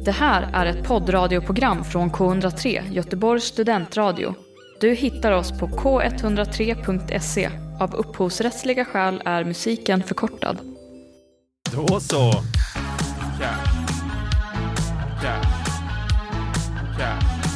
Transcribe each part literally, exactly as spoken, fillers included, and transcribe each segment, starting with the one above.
Det här är ett poddradioprogram från K one oh three, Göteborgs studentradio. Du hittar oss på k one oh tre punkt se. Av upphovsrättsliga skäl är musiken förkortad. Då så. Ja. Ja. Ja.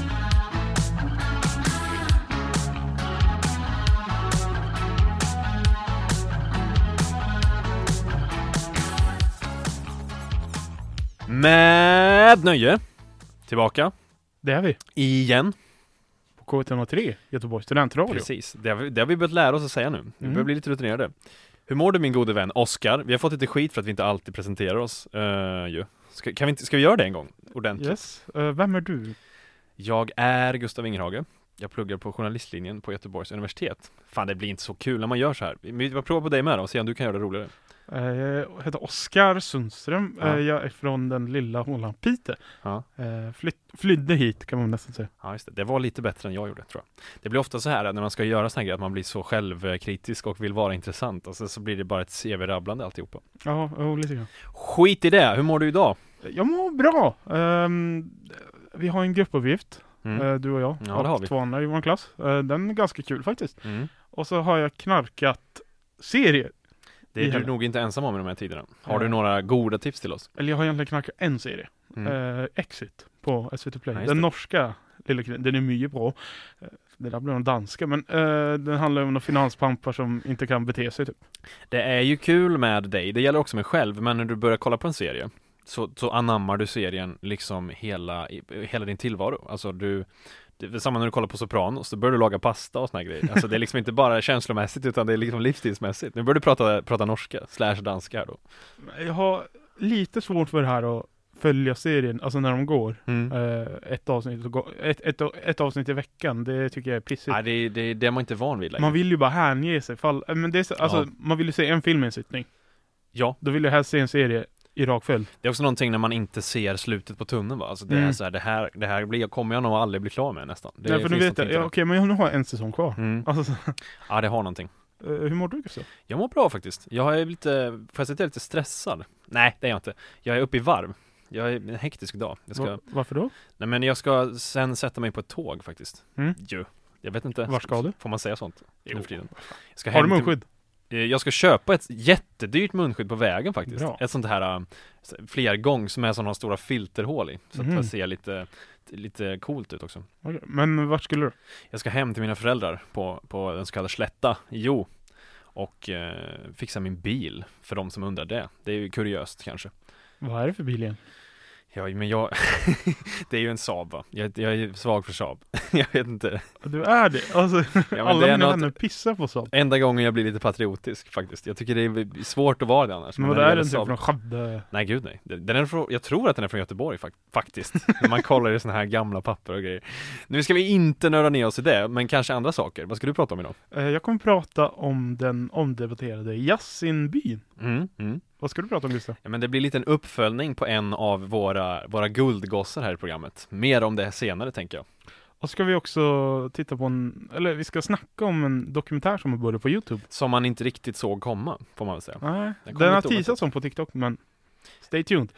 Med nöje. Tillbaka. Det är vi. Igen. På K one oh tre, Göteborgs studentradio. Precis. Det har, vi, det har vi börjat lära oss att säga nu. Vi Mm. börjar bli lite rutinerade. Hur mår du, min gode vän Oskar? Vi har fått lite skit för att vi inte alltid presenterar oss. Uh, ju. Ska, kan vi inte, ska vi göra det en gång? Ordentligt. Yes. Uh, vem är du? Jag är Gustav Ingerhage. Jag pluggar på journalistlinjen på Göteborgs universitet. Fan, det blir inte så kul när man gör så här. Vi får prova på dig med då och se om du kan göra det roligare. Uh, jag heter Oskar Sundström. Ja. Uh, jag är från den lilla Håland Pite. Ja. Uh, flytt, flydde hit kan man nästan säga. Ja, just det. Det var lite bättre än jag gjorde, tror jag. Det blir ofta så här när man ska göra såna här grejer att man blir så självkritisk och vill vara intressant. Alltså, så blir det bara ett C V-rabblande alltihopa. Ja, uh, lite grann. Skit i det. Hur mår du idag? Jag mår bra. Um, vi har en gruppuppgift. Mm. Uh, du och jag. Ja, det har vi. Två andra i vår klass. Uh, den är ganska kul faktiskt. Mm. Och så har jag knarkat serier. Det är I du hela. nog inte ensam om i de här tiderna. Har Ja. du några goda tips till oss? Eller jag har egentligen knarkat en serie. Mm. Uh, Exit på S V T Play. Ja, just den det. norska lilla killen, den är mycket bra. Uh, det där blir de danska, men uh, den handlar om några finanspampar som inte kan bete sig typ. Det är ju kul med dig. Det gäller också mig själv. Men när du börjar kolla på en serie så, så anammar du serien liksom hela, hela din tillvaro. Alltså du... Det är samma när du kollar på Sopranos, så börjar du laga pasta och såna här grejer. Alltså det är liksom inte bara känslomässigt utan det är liksom livsstilsmässigt. Nu börjar du prata, prata norska, slash danska här då. Jag har lite svårt för det här att följa serien, alltså när de går. Mm. Uh, ett, avsnitt, ett, ett, ett avsnitt i veckan, det tycker jag är pissigt. Nej, det, det, det är man inte van vid längre. Man vill ju bara hänge sig. Fall, men det är så, alltså, Ja. man vill ju se en film i en sittning. Ja, Då vill jag helst se en serie i rak följd. det är också någonting när man inte ser slutet på tunneln, va? Alltså det Mm. är så här, det här, det här blir, kommer jag nog aldrig bli klar med nästan. Det Nej, för nu finns vet jag, någonting ja, där. okej, men jag har en säsong kvar. Mm. Alltså, Ja, det har någonting. uh, hur mår du, Gustav? Jag mår bra faktiskt. Jag är lite, får jag säga att jag är lite stressad? Nej, det är jag inte. Jag är uppe i varv. Jag är en hektisk dag. Jag ska, Va- varför då? nej, men jag ska sen sätta mig på ett tåg faktiskt. Mm. Jo. Jag vet inte. Var ska du? Får man säga sånt? Nu för tiden. Jag ska Har du hem till- munskydd? Eh, Jag ska köpa ett jättedyrt munskydd på vägen faktiskt. Bra. Ett sånt här uh, flergång som är sådana stora filterhål i. Så Mhm. att det ser lite, lite coolt ut också. Okej, men vart skulle du? Jag ska hem till mina föräldrar på, på den så kallade Slätta. Jo. Och eh, fixa min bil för de som undrar det. Det är ju kuriöst kanske. Vad är det för bil igen? Ja, men jag... det är ju en Saab, va? Jag, jag är svag för Saab. Jag vet inte. Du är det? Alltså, men alla det är mina något- vänner pissar på Saab. Enda gången jag blir lite patriotisk faktiskt. Jag tycker det är svårt att vara det annars. Men när vad det är gäller den typ Saab- från Skövde? Nej, gud nej. Den är från, jag tror att den är från Göteborg fak- faktiskt. När man kollar i såna här gamla papper och grejer. Nu ska vi inte nörda ner oss i det, men kanske andra saker. Vad ska du prata om idag? Eh, Jag kommer prata om den omdebatterade Yasin-byn. Mm, mm. Vad ska du prata om, Gustav? Ja, men det blir lite en uppföljning på en av våra, våra guldgossar här i programmet. Mer om det senare, tänker jag. Och ska vi också titta på en, eller vi ska snacka om en dokumentär som har börjat på YouTube. Som man inte riktigt såg komma, får man väl säga. Nej, Den kom den har lite oväntat. teasats om på TikTok, men stay tuned.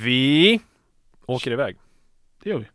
Vi åker iväg. Det gör vi.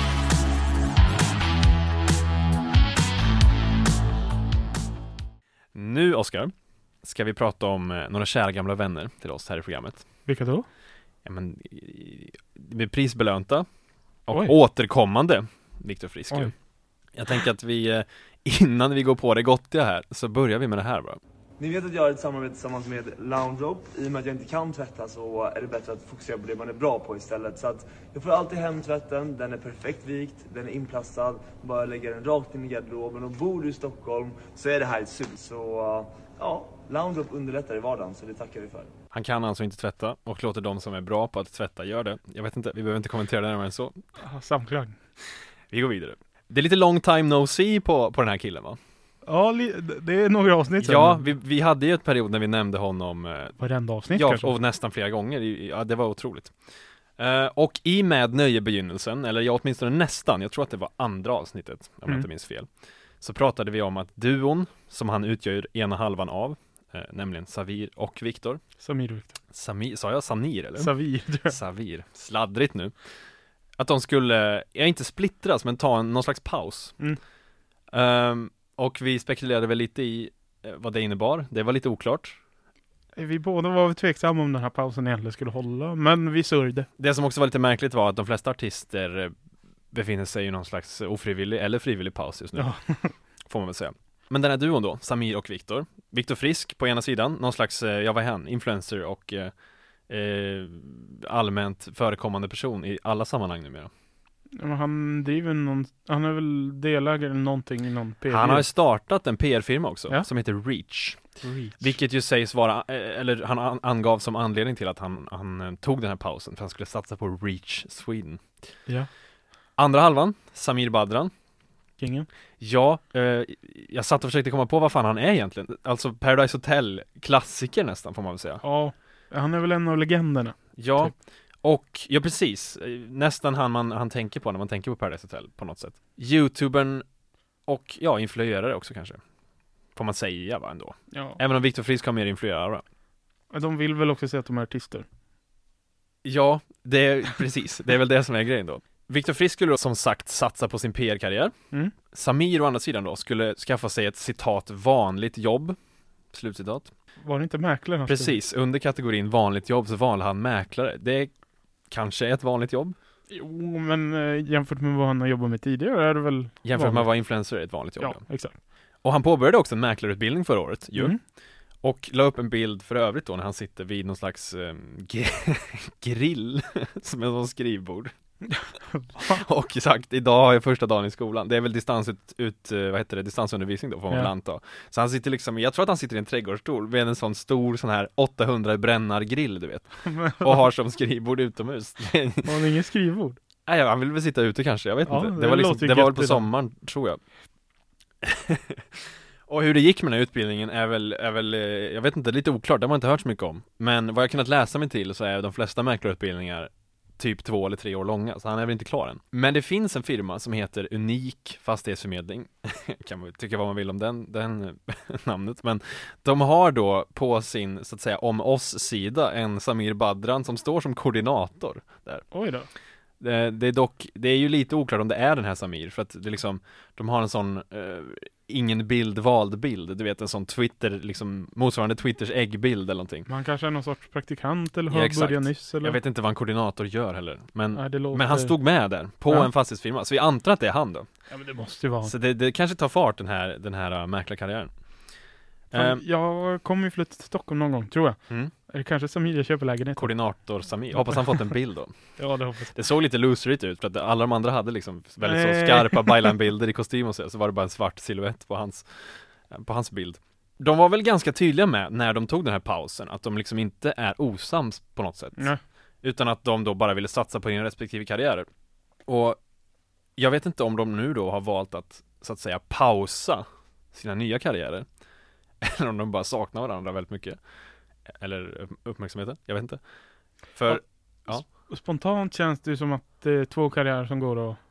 Nu, Oskar, ska vi prata om eh, några kära gamla vänner till oss här i programmet. Vilka då? Ja, men, i- med prisbelönta och Oj. återkommande Viktor Frisk. Oj. Jag tänker att vi, eh, innan vi går på det gottiga här, så börjar vi med det här bara. Ni vet att jag har ett samarbete tillsammans med Lounge. I och med att jag inte kan tvätta så är det bättre att fokusera på det man är bra på istället. Så att jag får alltid hem tvätten, den är perfekt vikt, den är inplastad. Bara lägga den rakt in i garderoben, och bor du i Stockholm så är det här ett sug. Så uh, ja, Lounge underlättar i vardagen, så det tackar vi för. Han kan alltså inte tvätta och låter de som är bra på att tvätta göra det. Jag vet inte, vi behöver inte kommentera det närmare än så. Ah, samklang. Vi går vidare. Det är lite long time no see på, på den här killen, va? Ja, li- det är några avsnitt sen. Ja, vi, vi hade ju ett period när vi nämnde honom eh, Varenda avsnitt ja, kanske. och nästan flera gånger. Ja, det var otroligt. Eh, och i med nöjebegynnelsen, eller jag åtminstone nästan, jag tror att det var andra avsnittet, om Mm. jag inte minns fel, så pratade vi om att duon, som han utgör ena halvan av, eh, nämligen Savir och Viktor. Samir och Viktor. Samir, sa jag Samir eller? Savir, tror jag. Savir, sladdrigt nu. att de skulle, jag inte splittras, men ta en, någon slags paus. Mm. Um, och vi spekulerade väl lite i eh, vad det innebar. Det var lite oklart. Vi båda var tveksamma om den här pausen egentligen skulle hålla, men vi sörjde. Det som också var lite märkligt var att de flesta artister eh, befinner sig i någon slags ofrivillig eller frivillig paus just nu. Ja. Får man väl säga. Men den här duon då, Samir och Viktor. Viktor Frisk på ena sidan, någon slags, eh, ja vad är han? Influencer och eh, eh, allmänt förekommande person i alla sammanhang numera. Men han driver någon, han är väl delägare eller någonting i någon P R. Han har ju startat en P R-firma också, Ja. som heter Reach. Reach. Vilket ju sägs vara, eh, eller han an- angav som anledning till att han, han eh, tog den här pausen, för han skulle satsa på Reach Sweden. Ja. Andra halvan, Samir Badran. Kingen. Ja, eh, jag satt och försökte komma på vad fan han är egentligen. Alltså Paradise Hotel, klassiker nästan får man väl säga. Ja, han är väl en av legenderna. Ja, Typ. och ja precis, eh, nästan han man han tänker på när man tänker på Paradise Hotel på något sätt. YouTubern och ja, influerare också kanske. Får man säga va ändå. Ja. Även om Viktor Frisk har mer influerare. De vill väl också säga att de är artister. Ja, det är precis, det är väl det som är grejen då. Viktor Frisk skulle då som sagt satsa på sin P R-karriär. Mm. Samir å andra sidan då skulle skaffa sig ett citat vanligt jobb. Slutcitat. Var det inte mäklare han Precis, under kategorin vanligt jobb så valde han mäklare. Det är kanske ett vanligt jobb. stod? Jo, men eh, jämfört med vad han har jobbat med tidigare är det väl Jämfört med att vanligt. vara influencer är ett vanligt jobb. Ja, Ja. exakt. Och han påbörjade också en mäklarutbildning förra året ju. Mm. Och la upp en bild för övrigt då när han sitter vid någon slags eh, g- grill som är någon skrivbord. Och sagt, idag har jag första dagen i skolan. Det är väl distansut, ut, vad heter det, distansundervisning då får man Ja. väl anta. Så han sitter liksom, jag tror att han sitter i en trädgårdsstol med en sån stor sån här åttahundra brännargrill du vet. Och har som skrivbord utomhus. Har han ingen skrivbord? Nej, han vill väl sitta ute kanske, jag vet Ja, inte. det Det var, liksom, låter det var väl gött på idag. sommaren, tror jag. Och hur det gick med den här utbildningen är väl, är väl, eh, jag vet inte, lite oklart, det har man inte hört så mycket om. Men vad jag kunnat läsa mig till så är de flesta mäklarutbildningar typ två eller tre år långa, så han är väl inte klar än. Men det finns en firma som heter Unik Fastighetsförmedling. Kan man tycka vad man vill om den, den namnet. Men de har då på sin, så att säga, om oss-sida en Samir Badran som står som koordinator där. Oj då. Det, det är dock, det är ju lite oklart om det är den här Samir, för att det liksom, de har en sån eh, ingen bild vald bild, du vet en sån Twitter, liksom motsvarande Twitters äggbild eller någonting. Man kanske är någon sorts praktikant eller Ja, har exakt. börjat nyss eller? Jag vet inte vad en koordinator gör heller, men, Nej, det låter... men han stod med där på Ja. en fastighetsfirma, så vi antar att det är han då. Ja, men det måste ju vara. Så det, det kanske tar fart den här, den här uh, mäklarkarriären. Fan, Eh, jag kommer ju flytta till Stockholm någon gång, tror jag. mm. Är det kanske Samir jag köper lägenhet? Koordinator Samir, hoppas han fått en bild då. Ja, det hoppas jag. Det såg lite loserigt ut för att alla de andra hade liksom väldigt så Nej. skarpa byline-bilder i kostym och så, så var det bara en svart silhuett på hans, på hans bild. De var väl ganska tydliga med när de tog den här pausen att de liksom inte är osams på något sätt. Nej. Utan att de då bara ville satsa på sina respektive karriärer. Och jag vet inte om de nu då har valt att så att säga pausa sina nya karriärer. Eller om de bara saknar varandra väldigt mycket. Eller uppmärksamheten, jag vet inte. För Ja. Spontant känns det ju som att det är två karriärer som går att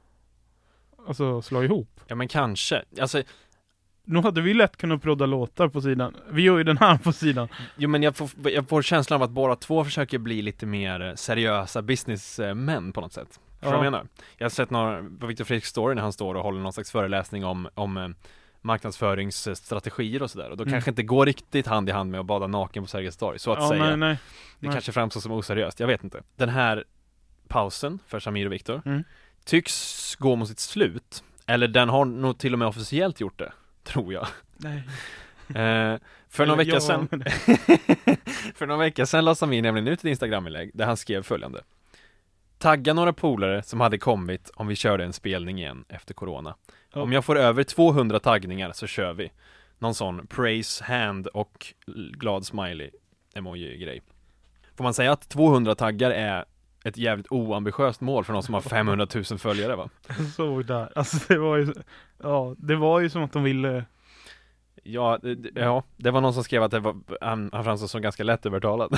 alltså, slå ihop. ja men kanske, alltså Nu hade vi lätt kunnat prodda låtar på sidan. Vi gör ju den här på sidan. jo men jag får, jag får känslan av att båda två försöker bli lite mer seriösa businessmän på något sätt. Förstår du vad jag menar? Jag har sett några på Viktor Frisks story när han står och håller någon slags föreläsning om, om eh, marknadsföringsstrategier och sådär. Och då Mm. kanske inte går riktigt hand i hand med att bada naken på Sergels torg, så att Ja, säga. nej, nej. Det nej. kanske framstår som oseriöst, jag vet inte. Den här pausen för Samir och Viktor Mm. tycks gå mot sitt slut. Eller den har nog till och med officiellt gjort det, tror jag. Nej. Eh, för någon Eller vecka ja, sedan men- För någon vecka sedan la Samir nämligen ut ett Instagram-inlägg där han skrev följande: tagga några polare som hade kommit om vi körde en spelning igen efter corona. Ja. Om jag får över tvåhundra taggningar så kör vi. Någon sån praise hand och glad smiley emoji-grej. Får man säga att tvåhundra taggar är ett jävligt oambitiöst mål för någon som har femhundratusen följare va? Så där. Alltså det var ju ja, det var ju som att de ville. Ja, det, ja, det var någon som skrev att det var, han, han framstod som ganska lättövertalad.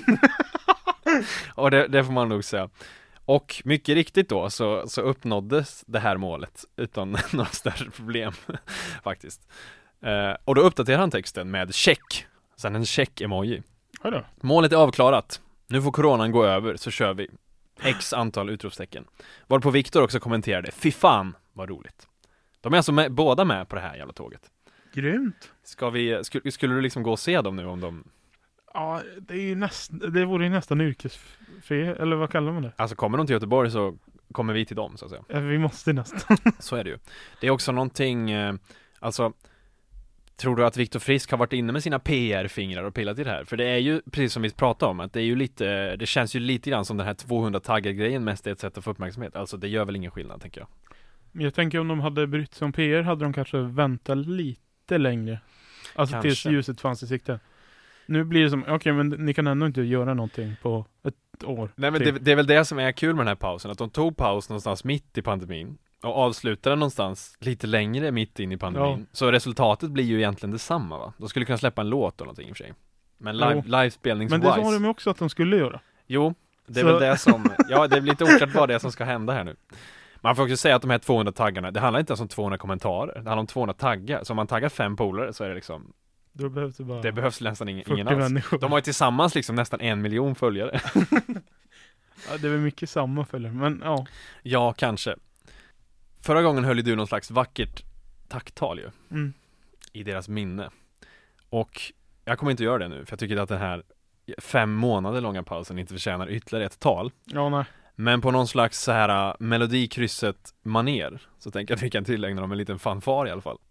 Och det, det får man nog säga. Och mycket riktigt då så, så uppnåddes det här målet utan några större problem faktiskt. Eh, och då uppdaterar han texten med check, sen en check-emoji. Ja då. Målet är avklarat. Nu får coronan gå över så kör vi. X antal utropstecken. Varpå Viktor också kommenterade, fy fan, vad roligt. De är alltså med, båda med på det här jävla tåget. Grymt. Ska vi, skulle, skulle du liksom gå och se dem nu om de... Ja, det är ju näst, det vore ju nästan yrkesfe, eller vad kallar man det? Alltså kommer de till Göteborg så kommer vi till dem, så att säga. Ja, vi måste nästan. Så är det ju. Det är också någonting, eh, alltså, tror du att Viktor Frisk har varit inne med sina P R-fingrar och pillat i det här? För det är ju, precis som vi pratade om, att det är ju lite, det känns ju lite grann som den här tvåhundra-taggar-grejen mest är ett sätt att få uppmärksamhet. Alltså det gör väl ingen skillnad, tänker jag. Men jag tänker om de hade brytt sig om P R hade de kanske väntat lite längre. Alltså Kanske. tills ljuset fanns i sikte. Nu blir det som, okej okay, men ni kan ändå inte göra någonting på ett år. Nej men typ. det, det är väl det som är kul med den här pausen, att de tog paus någonstans mitt i pandemin och avslutade någonstans lite längre mitt in i pandemin. Ja. Så resultatet blir ju egentligen detsamma, va? De skulle kunna släppa en låt eller någonting i och för sig. Men live, Jo. livespelningswise. Men det sa de också att de skulle göra. Jo, det är Så- väl det som, ja det är lite oklart vad det är som ska hända här nu. Man får också säga att de här tvåhundra taggarna, det handlar inte ens om tvåhundra kommentarer, det handlar om tvåhundra taggar. Så om man taggar fem polare så är det liksom, Då behövs det bara det behövs nästan ingen, ingen fyrtio alls. människor. De har ju tillsammans liksom nästan en miljon följare. Ja, det är väl mycket samma följare, men ja. Ja, kanske. Förra gången höll ju du någon slags vackert tacktal ju, Mm. i deras minne. Och jag kommer inte göra det nu, för jag tycker att den här fem månader långa pausen inte förtjänar ytterligare ett tal. Ja, nej. Men på någon slags så här uh, melodikrysset maner så tänker jag att vi kan tillägna dem en liten fanfar i alla fall.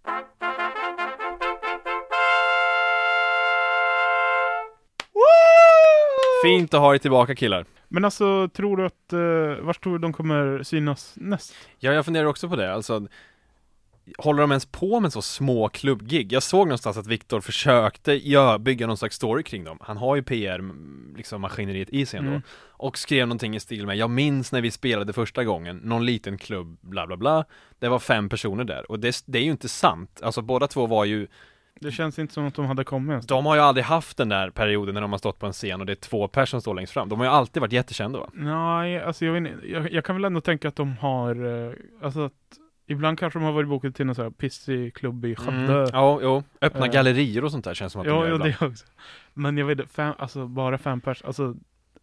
Fint att ha er tillbaka, killar. Men alltså, tror du att, uh, vart tror du de kommer synas näst? Ja, jag funderar också på det. Alltså, håller de ens på med så små klubbgig? Jag såg någonstans att Viktor försökte ja, bygga någon slags story kring dem. Han har ju P R liksom maskineriet i sig ändå. Mm. Och skrev någonting i stil med, jag minns när vi spelade första gången, någon liten klubb, bla bla bla. Det var fem personer där. Och det, det är ju inte sant. Alltså båda två var ju, Det känns inte som att de hade kommit ens. de har ju aldrig haft den där perioden när de har stått på en scen och det är två personer som står längst fram. De har ju alltid varit jättekända, va? Nej, alltså jag, vet inte, jag, jag kan väl ändå tänka att de har, uh, alltså att ibland kanske de har varit bokade till någon sån här pissig klubb i Skövde. Mm. Ja, jo. Öppna Eh. gallerier och sånt där känns som att de Ja, gör ja ibland. det också. Men jag vet inte, fem, alltså bara fem pers, alltså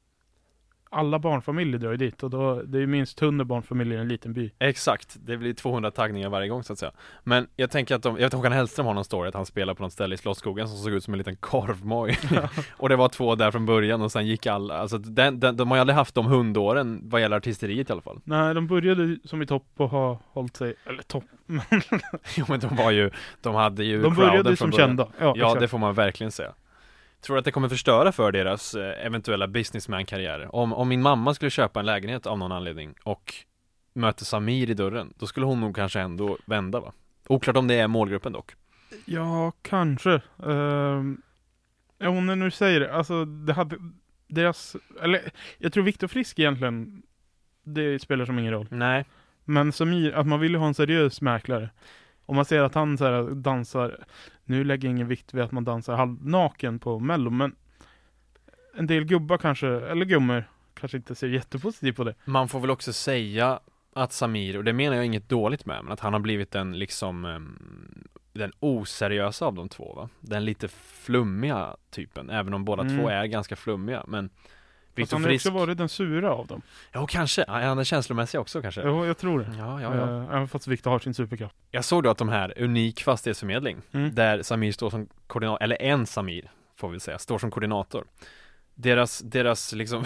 alla barnfamiljer drar ju dit och då, det är ju minst hundra barnfamiljer i en liten by. Exakt, det blir tvåhundra taggningar varje gång så att säga. Men jag tänker att de, jag vet Håkan Hellström har någon story att han spelar på något ställe i Slottsskogen som såg ut som en liten korvmoj. Och det var två där från början och sen gick alla, alltså den, den, de har ju aldrig haft de hundåren vad gäller artisteriet i alla fall. Nej, de började som i topp och har hållit sig, eller topp, Jo men de var ju, de hade ju de crowden började från som början. kända. Ja, Ja, exakt. det får man verkligen säga. Tror du att det kommer förstöra för deras eh, eventuella businessman-karriärer? Om, om min mamma skulle köpa en lägenhet av någon anledning och möter Samir i dörren, då skulle hon nog kanske ändå vända, va? Oklart om det är målgruppen dock. Ja, kanske. Um, ja, när du säger det, alltså det hade deras, eller jag tror Viktor Frisk egentligen, det spelar som ingen roll. Nej. Men Samir, att man vill ju ha en seriös mäklare. Om man ser att han så här dansar, nu lägger jag ingen vikt vid att man dansar halvnaken på Mello, men en del gubbar kanske, eller gummor, kanske inte ser jättepositivt på det. Man får väl också säga att Samir, och det menar jag inget dåligt med, men att han har blivit den liksom um, den oseriösa av de två, va? Den lite flummiga typen, även om båda Mm. två är ganska flummiga, men Fast Viktor han har Frisk, också varit den sura av dem. ja kanske, ja, han är känslomässig också kanske. Jo, jag tror det. Ja, ja, ja. Uh, även fast Viktor har sin superkraft. Jag såg då att de här Unik fastighetsförmedling, Mm. där Samir står som koordinator, eller en Samir får vi säga, står som koordinator. Deras, deras liksom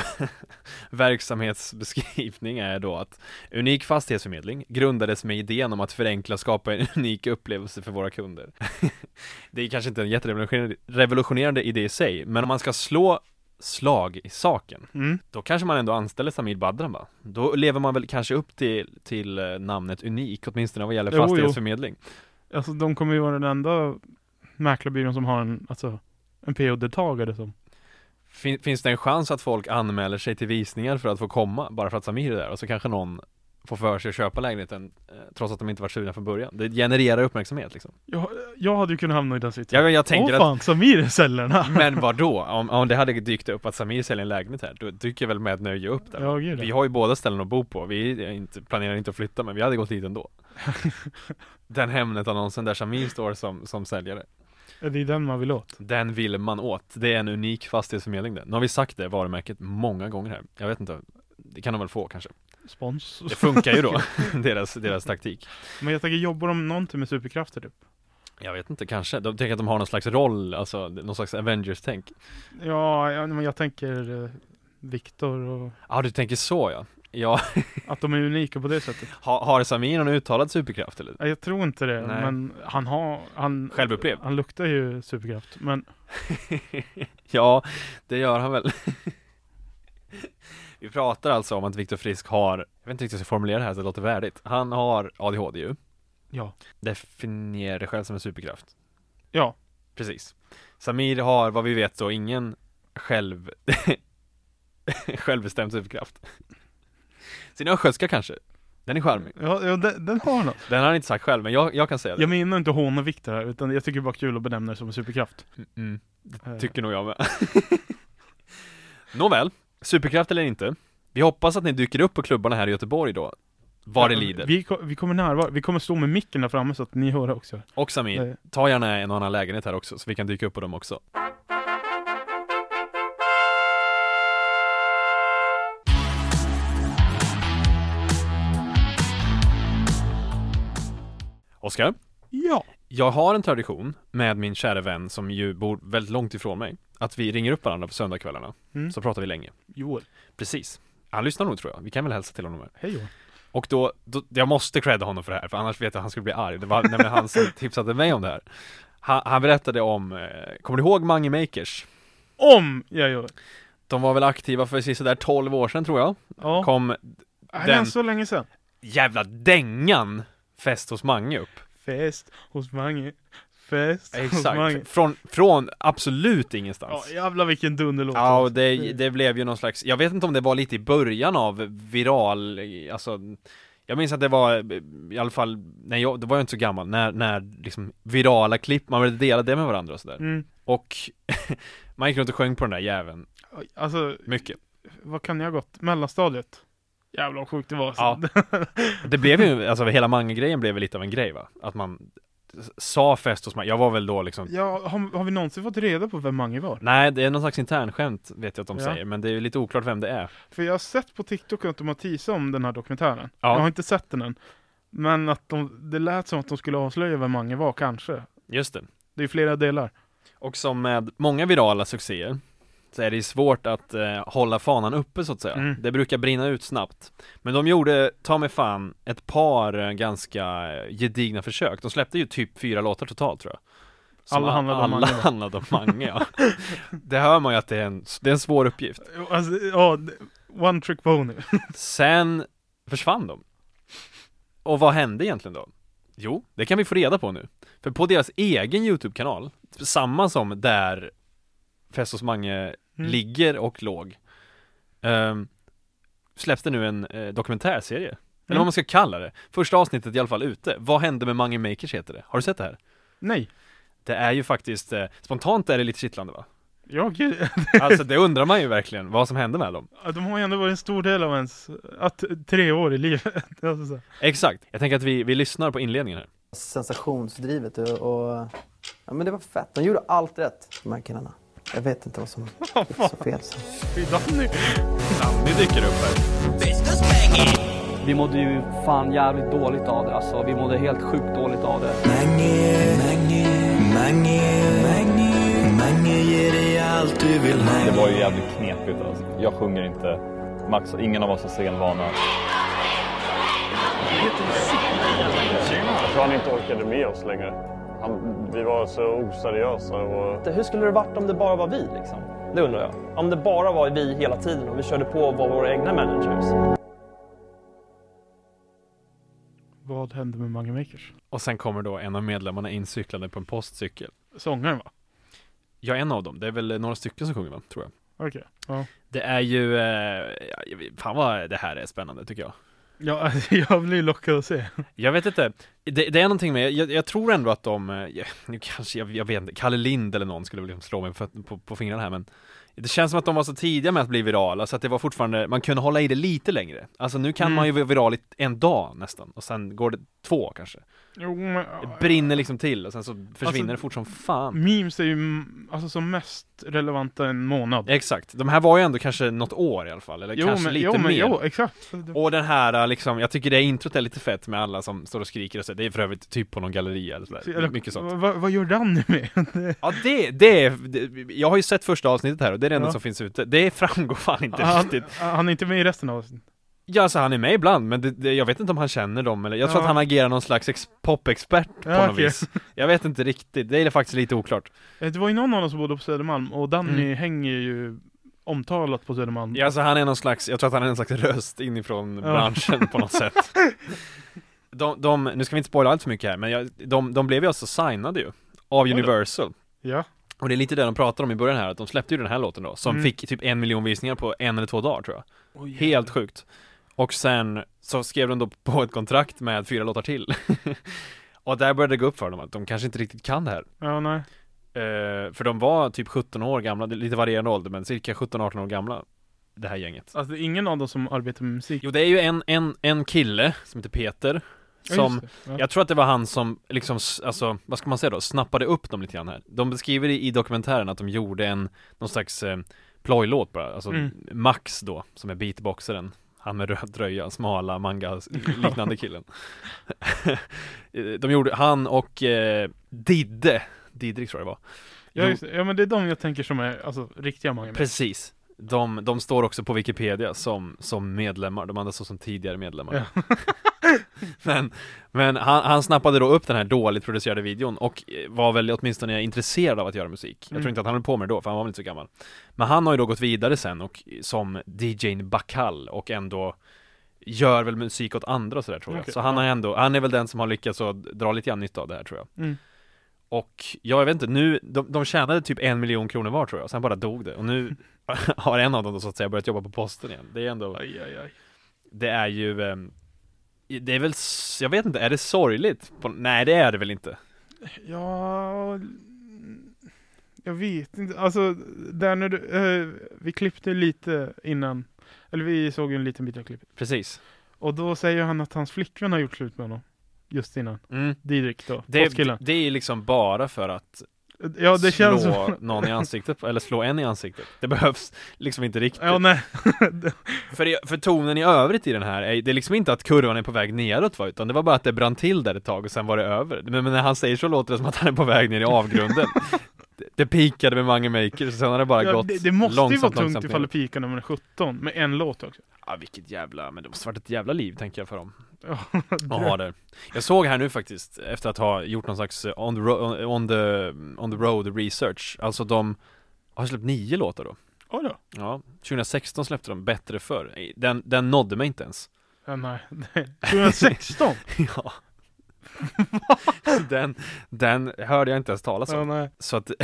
verksamhetsbeskrivning är då att Unik fastighetsförmedling grundades med idén om att förenkla och skapa en unik upplevelse för våra kunder. Det är kanske inte en jätterevolutionerande revolutionerande idé i sig, men om man ska slå slag i saken, Mm. då kanske man ändå anställer Samir Badran, va? Då lever man väl kanske upp till, till eh, namnet Unik, åtminstone vad gäller Jo, jo. fastighetsförmedling. Alltså de kommer ju vara den enda mäklarbyrån som har en, alltså, en P O-deltagare som. Fin, finns det en chans att folk anmäler sig till visningar för att få komma, bara för att Samir är där, och så kanske någon får för sig att köpa lägenheten eh, trots att de inte var sugna från början? Det genererar uppmärksamhet liksom. Jag, jag hade ju kunnat hamna i den situationen. Ja, men jag Åh tänker fan, Samir är säljarna. att, men vad då? Om, om det hade dykt upp att Samir säljer en lägenhet här, då dyker jag väl med ett nöje upp där. Ja, gud, Vi ja. har ju båda ställen att bo på, vi är inte, planerar inte att flytta, men vi hade gått dit ändå. Den Hemnet-annonsen där Samir står som, som säljare, Det är den man vill åt. den vill man åt. Det är en unik fastighetsförmedling där. Nu har vi sagt det varumärket många gånger här. Jag vet inte. Det kan de väl få kanske. Spons. Det funkar ju då, deras, deras taktik. Men jag tänker, jobbar de någonting med superkrafter typ? Jag vet inte, kanske. De tänker att de har någon slags roll, alltså någon slags Avengers-tänk. Ja, ja, men jag tänker eh, Victor och... Ja, du tänker så, ja. Ja. Att de är unika på det sättet. Ha, har Samir någon uttalad superkraft, eller? Ja, jag tror inte det, Nej. men han har... Han, Självupplevd. Han luktar ju superkraft, men... Ja, det gör han väl. Vi pratar alltså om att Viktor Frisk har, jag vet inte riktigt hur jag ska formulera det här så det låter värdigt. Han har A D H D ju. Ja. Definiera det själv som en superkraft. Ja. Precis. Samir har, vad vi vet då, ingen själv självbestämd superkraft. Sin östgötska kanske. Den är charmig. Ja, ja den, den har något. Den har han inte sagt själv, men jag, jag kan säga det. Jag menar inte håna Victor här, utan jag tycker bara kul att benämna det som en superkraft. Mm, det tycker nog jag med. Nåväl, superkraft eller inte. Vi hoppas att ni dyker upp på klubbarna här i Göteborg då. Var det lider. Vi, vi kommer närvara, vi kommer stå med micken där framme så att ni hör det också. Och Samir, ta gärna en annan lägenhet här också så vi kan dyka upp på dem också. Oskar? Ja. Jag har en tradition med min kära vän som ju bor väldigt långt ifrån mig. Att vi ringer upp varandra på söndagskvällarna. Mm. Så pratar vi länge. Joel. Precis. Han lyssnar nog, tror jag. Vi kan väl hälsa till honom här. Hej Joel. Och då, då, jag måste credda honom för det här, för annars vet jag att han skulle bli arg. Det var nämligen han som tipsade mig om det här. Han, han berättade om, eh, kommer du ihåg Mange Makers? Om jag gör. De var väl aktiva för sista där tolv år sedan, tror jag. Ja. Kom Är den det så länge sedan? jävla dängan Fest hos Mange upp. Fest hos Mange. Fest hos Mange. Exakt, från, från absolut ingenstans. Ja, jävla vilken dunderlåt. Ja, och det, det blev ju någon slags, jag vet inte om det var lite i början av viral, alltså jag minns att det var i alla fall, nej jag, det var jag inte så gammal, när, när liksom virala klipp, man ville dela det med varandra och sådär. Mm. Och man gick runt och sjöng på den där jäveln. Alltså, mycket. Vad kan jag ha gått? Mellanstadiet. Jävlar vad sjukt det var. Ja. Det blev ju, alltså hela Mange-grejen blev väl lite av en grej, va? Att man sa fest hos Mange. Jag var väl då liksom... Ja, har, har vi någonsin fått reda på vem Mange var? Nej, det är någon slags internskämt, vet jag att de Ja. säger. Men det är lite oklart vem det är. För jag har sett på TikTok att de har teasat om den här dokumentären. Ja. Jag har inte sett den än. Men att de, det lät som att de skulle avslöja vem Mange var, kanske. Just det. Det är flera delar. Och som med många virala succéer så är det svårt att eh, hålla fanan uppe, så att säga. Mm. Det brukar brinna ut snabbt. Men de gjorde, ta mig fan, ett par eh, ganska gedigna försök. De släppte ju typ fyra låtar totalt, tror jag. Som Alla handlade om alla Mange. handlade om Mange, ja. Det hör man ju att det är en, det är en svår uppgift. Alltså, ja, one trick pony. Sen försvann de. Och vad hände egentligen då? Jo, det kan vi få reda på nu. För på deras egen YouTube-kanal, samma som där Fest hos Mange Mm. ligger och låg, um, släpps det nu en eh, dokumentärserie. Eller Mm. vad man ska kalla det. Första avsnittet i alla fall ute. Vad hände med Mange Makers, heter det. Har du sett det här? Nej. Det är ju faktiskt, eh, spontant är det lite kittlande, va? Jag, Alltså det undrar man ju verkligen, vad som hände med dem. de har ju ändå varit en stor del av ens att, tre år i livet. Alltså så. Exakt, jag tänker att vi, vi lyssnar på inledningen här. Sensationsdrivet och, och ja, men det var fett. De gjorde allt rätt, de här killarna. Jag vet inte vad som är så fel. Så. Danny. Danny dyker upp här. Vi mådde ju fan jävligt dåligt av det, alltså. Vi mådde helt sjukt dåligt av det. Mange, Mange, Mange, Mange, Mange ger dig allt du vill ha. Det var ju jävligt knepigt alltså. Jag sjunger inte. Max och ingen av oss har scenvana. Jag tror han inte orkade med oss längre. Han, vi var så oseriösa och... Hur skulle det varit om det bara var vi, liksom? Det undrar jag. Om det bara var vi hela tiden och vi körde på och var våra egna managers. Vad hände med Mange Makers? Och sen kommer då en av medlemmarna incyklande på en postcykel. Sångaren, va? Ja, en av dem. Det är väl några stycken som sjunger, va? Tror jag. Okej. Okay. Ja. Det är ju... Eh, ja, fan vad det här är spännande, tycker jag. Ja, jag blir lockad att se. Jag vet inte. Det, det är någonting med... Jag, jag tror ändå att de... Ja, nu kanske, jag, jag vet inte. Kalle Lind eller någon skulle väl liksom slå mig på, på, på fingrarna här, men... Det känns som att de var så tidiga med att bli virala, så att det var fortfarande, man kunde hålla i det lite längre. Alltså nu kan Mm. man ju vara viral i en dag nästan, och sen går det två kanske. Jo, men, Det brinner liksom till, och sen så försvinner Alltså, det fort som fan. memes är ju mm, alltså som mest relevanta en månad. Exakt, de här var ju ändå kanske något år i alla fall, eller Jo, kanske men, lite jo, men, mer. jo, exakt. Och den här liksom, jag tycker det introt är lite fett med alla som står och skriker och så. Det är för övrigt typ på någon galleria eller sådär. Eller, Mycket sånt. Vad, vad gör Danny med? Ja, det, det är, det, jag har ju sett första avsnittet här och det är det enda Ja. som finns ute. Det framgår fan inte han, riktigt. han är inte med i resten av oss. Ja, alltså han är med ibland, men det, det, jag vet inte om han känner dem eller, jag tror Ja. att han agerar någon slags ex- popexpert på Ja, något okej. vis. Jag vet inte riktigt, det är faktiskt lite oklart. Det var ju någon av oss som bodde på Södermalm och Danny Mm. hänger ju omtalat på Södermalm. Ja, alltså han är någon slags, jag tror att han är en slags röst inifrån Ja. branschen på något sätt. De, de, nu ska vi inte spoila allt för mycket här, men jag, de, de blev ju alltså signade ju av Oj då. Universal. Ja. Och det är lite det de pratar om i början här, att de släppte ju den här låten då, som Mm. fick typ en miljon visningar på en eller två dagar tror jag. Oj, Helt sjukt. Och sen så skrev de då på ett kontrakt med fyra låtar till. Och där började det gå upp för dem att de kanske inte riktigt kan det här. Ja, nej. Eh, för de var typ sjutton år gamla, det är lite varierande ålder, men cirka sjutton arton år gamla, det här gänget. Alltså det är ingen av dem som arbetar med musik. Jo, det är ju en, en, en kille som heter Peter, Ja, som, just det. Ja. jag tror att det var han som liksom, s- alltså, vad ska man säga då, snappade upp dem lite grann här. De beskriver i, i dokumentären att de gjorde en, någon slags eh, plojlåt bara, alltså Mm. Max då, som är beatboxaren. Han med röd tröja, smala, manga liknande killen. De gjorde, han och eh, Didde, Didrik tror jag det var. Ja, Jo- just, det. Ja, men det är de jag tänker som är alltså riktiga många. Precis. De, de står också på Wikipedia som, som medlemmar, de andra står som tidigare medlemmar. Ja. men men han, han snappade då upp den här dåligt producerade videon och var väl åtminstone intresserad av att göra musik. Jag Mm. tror inte att han höll på med det då, för han var väl inte så gammal. Men han har ju då gått vidare sen och som D J:n Bakal och ändå gör väl musik åt andra och sådär tror jag. Okej, Så han ja. har ändå, han är väl den som har lyckats att dra lite grann nytta av det här tror jag. Mm. Och ja, jag vet inte, nu, de, de tjänade typ en miljon kronor var tror jag, sen bara dog det. Och nu har en av dem då så att säga börjat jobba på posten igen. Det är ändå, Aj, aj, aj. det är ju, ehm, det är väl, s- jag vet inte, är det sorgligt? På, nej, det är det väl inte. Ja, jag vet inte. Alltså, där när du, eh, vi klippte lite innan, eller vi såg ju en liten bit av klippet. Precis. Och då säger han att hans flickvän har gjort slut med honom. Just innan. Mm. Didrik då, Det, postkillen. det är liksom bara för att Ja, det slå känns som... någon i ansiktet, eller slå en i ansiktet. Det behövs liksom inte riktigt. Ja, nej. För, det- för tonen i övrigt i den här, är, det är liksom inte att kurvan är på väg neråt va, utan det var bara att det brann till där ett tag och sen var det över. Men, men när han säger så låter det som att han är på väg ner i avgrunden. det, det pikade med Mange Maker, så sen har det bara Ja, gått det, det måste långsamt, ju vara tungt långsamt ifall det ner. pikar när man är sjutton, med en låt också. Ja, vilket jävla, men det måste varit ett jävla liv tänker jag för dem. Ja, att ha det. Jag såg här nu faktiskt, efter att ha gjort någon slags eh, on the, ro- on the, on the road research, alltså de har släppt nio låtar då. Oj då. Ja, tjugohundrasexton släppte de Bättre förr. Den, den nådde mig inte ens. Ja, nej. tjugohundrasexton? Ja. den, den hörde jag inte ens talas om. Ja, nej. Så att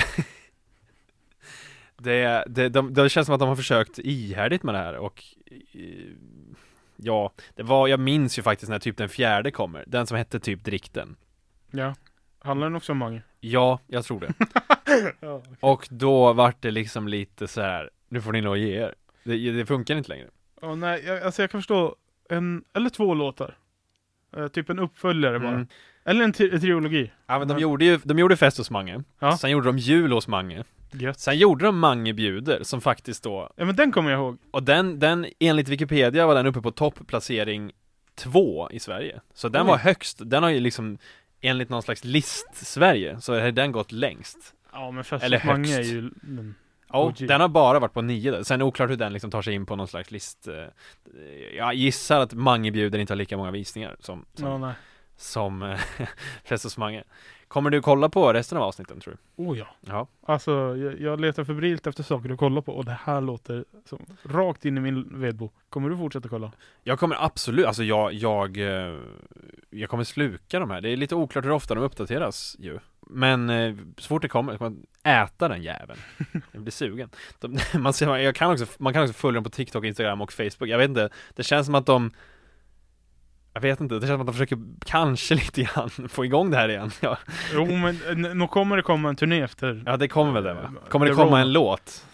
det, det, de, det känns som att de har försökt ihärdigt med det här och eh, ja, det var, jag minns ju faktiskt när typ den fjärde kommer, den som hette typ Drikten. Ja. Handlar den också om Mange? Ja, jag tror det. Ja, okej. Och då vart det liksom lite så här, nu får ni nog ge er. Det, det funkar inte längre. Ja, nej, jag, alltså jag kan förstå en eller två låtar. Eh, typ en uppföljare bara. Mm. Eller en tri- trilogi. Ja, men de gjorde ju, de gjorde fest hos Mange. Ja. Sen gjorde de jul hos Mange. Gött. Sen gjorde de Mange bjuder, som faktiskt då, Ja, men den kommer jag ihåg. och den, den enligt Wikipedia var den uppe på toppplacering två i Sverige. Så den Oj. var högst, den har ju liksom enligt någon slags list-Sverige, så har den gått längst. Ja, men Fest Eller hos Mange är högst. ju... Men... Ja, O G. den har bara varit på nio där. Sen är det oklart hur den liksom tar sig in på någon slags list. eh, Jag gissar att Mange bjuder inte har lika många visningar som, som, Ja, nej. som eh, Fest hos Mange. Kommer du kolla på resten av avsnitten tror du? Oh ja. Ja. Alltså, jag, jag letar febrilt efter saker att kolla på och det här låter som rakt in i min vedbo. Kommer du fortsätta kolla? Jag kommer absolut, alltså jag, jag, eh, jag kommer sluka de här. Det är lite oklart hur ofta de uppdateras ju. Men eh, så fort det kommer, kommer man äta den jäveln. Jag blir sugen. De, man, ser, jag kan också, man kan också följa dem på TikTok, Instagram och Facebook. Jag vet inte, det känns som att de Jag vet inte, det känns som att de försöker kanske lite grann få igång det här igen. Ja, Jo, men n- nu kommer det komma en turné efter. ja det kommer väl det va? Kommer The det komma Rona. en låt?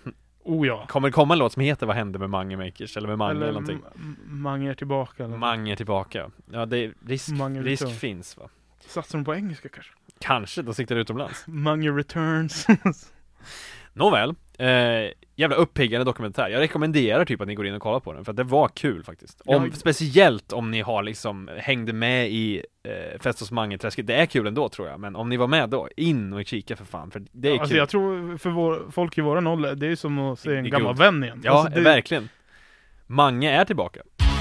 Oh ja. Kommer det komma en låt som heter Vad hände med Mange Makers? Eller med Mange eller, eller någonting? M- Mange är tillbaka. Eller? Mange är tillbaka. Ja, det är risk, risk finns va? Satsar de på engelska kanske? Kanske, de siktar utomlands. Mange returns. Nåväl, eh, jävla uppiggande dokumentär. Jag rekommenderar typ att ni går in och kollar på den, för att det var kul faktiskt. Om, Jag... Speciellt om ni har liksom hängde med i eh, Fest hos Mange-träsket. Det är kul ändå tror jag, men om ni var med då, in och kika för fan, för det är ja, alltså kul. Jag tror för vår, folk i våra ålder, det är som att se en det, gammal god. vän igen. Ja, alltså, det... verkligen. Mange är tillbaka.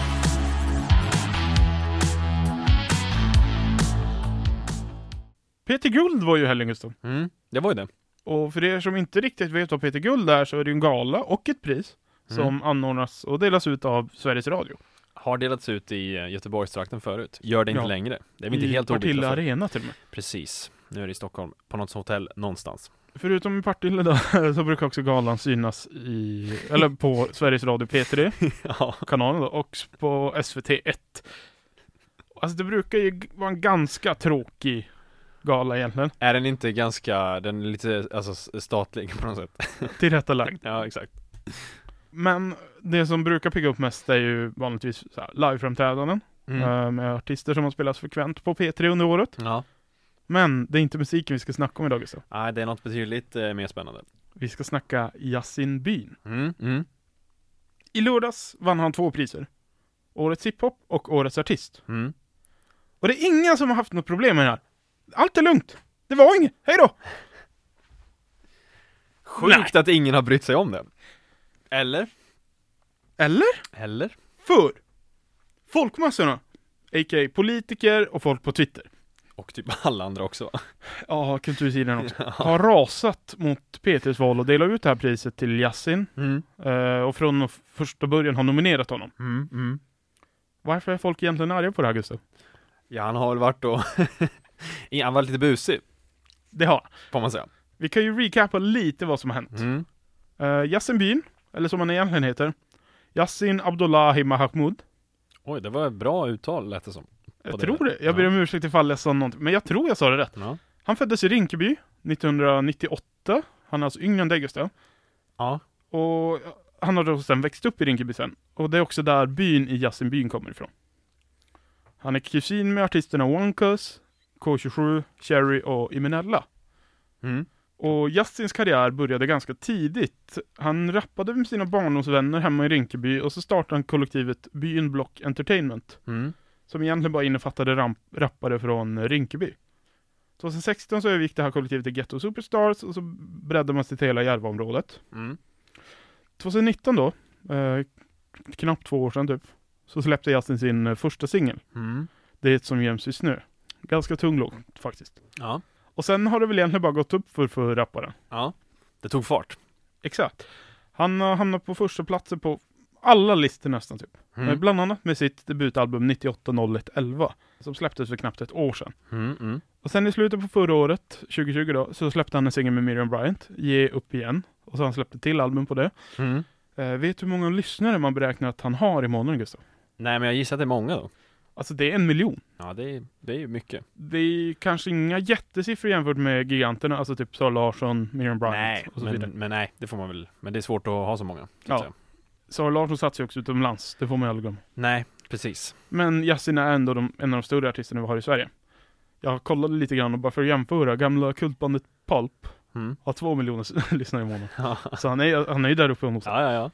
Peter Guld var ju helgen, Gustav. Mm, det var ju det. Och för er som inte riktigt vet vad Peter Guld är, så är det ju en gala och ett pris mm. som anordnas och delas ut av Sveriges Radio. Har delats ut i Göteborgstrakten förut. Gör det inte ja. längre. Det är inte I helt obekvämt. Partille Arena till och med. Precis. Nu är det i Stockholm på något hotell någonstans. Förutom i Partille då, så brukar också galan synas i, eller på Sveriges Radio P tre ja. kanalen då, och på S V T ett. Alltså det brukar ju vara en ganska tråkig gala egentligen. Är den inte ganska, den är lite alltså, statlig på något sätt? Tillrättalagd. Ja, exakt. Men det som brukar picka upp mest är ju vanligtvis så här, live-framträdanden mm. med artister som har spelats frekvent på P tre under året. Ja. Men det är inte musiken vi ska snacka om idag. Så. Nej, det är något betydligt eh, mer spännande. Vi ska snacka Yasin Byn. Mm. Mm. I lördags vann han två priser. Årets hiphop och Årets artist. Mm. Och det är ingen som har haft något problem med det här. Allt är lugnt. Det var inget. Hej då! Sjukt att ingen har brytt sig om det. Eller? Eller? Eller? För folkmassorna, a k a politiker och folk på Twitter. Och typ alla andra också. Ja, kultursidan också. Har rasat mot P T:s val och delar ut det här priset till Yasin. Mm. Uh, och från första början har nominerat honom. Mm. Mm. Varför är folk egentligen arga på det här, Gustav? Ja, han har väl varit då... han var lite busig. Det har får man säga. Vi kan ju recapa lite vad som har hänt. Mm. Uh, Yasin Byn, eller som han egentligen heter, Yasin Abdullahi Mahmoud. Oj, det var ett bra uttal, lät det som. Jag tror det. Jag ber om ursäkt ifall jag sa någonting. Men jag tror jag sa det rätt. Ja. Han föddes i Rinkeby nittonhundranittioåtta. Han är alltså yngre än dig, Gustav. Ja. Och han har då sen växt upp i Rinkeby sen. Och det är också där byn i Yasin Byn kommer ifrån. Han är kusin med artisterna Onkus, K tjugosju, Cherry och Imenella. Mm. Och Yasins karriär började ganska tidigt. Han rappade med sina barndomsvänner hemma i Rinkeby och så startade han kollektivet Byn Block Entertainment. Mm. Som egentligen bara innefattade ramp- rappare från Rinkeby. tjugohundrasexton så övergick det här kollektivet till Ghetto Superstars och så breddade man sig till hela Järvaområdet. Mm. tjugonitton då, eh, knappt två år sedan typ, så släppte Yasin sin eh, första singel. Mm. Det är ett som göms i snö. Ganska tung låt faktiskt. Ja. Och sen har det väl egentligen bara gått upp för, för rapparen. Ja, det tog fart. Exakt. Han har hamnat på första platser på alla listor nästan typ. Mm. Bland annat med sitt debutalbum nittioåtta noll ett elva som släpptes för knappt ett år sedan. Mm, mm. Och sen i slutet på förra året, tjugohundratjugo då, så släppte han en singel med Miriam Bryant, Ge upp igen. Och så har han släppt ett till album på det. Mm. Eh, vet du hur många lyssnare man beräknar att han har i månaden, Gustav? Nej, men jag gissar att det är många då. Alltså det är en miljon. Ja, det är, det är ju mycket. Det är kanske inga jättesiffror jämfört med giganterna, alltså typ Sara Larsson, Miriam Bryant Nej, och så men, vidare. men nej, det får man väl. Men det är svårt att ha så många. Ja. Sara Larsson satsar ju också utomlands, det får man aldrig glömma. Nej, precis. Men Yasin är ändå de, en av de större artisterna vi har i Sverige. Jag kollade lite grann och bara för att jämföra, gamla kultbandet Pulp Mm. har två miljoner lyssnare i månaden. Ja. Så han är, han är ju där uppe hos. Ja, ja, ja.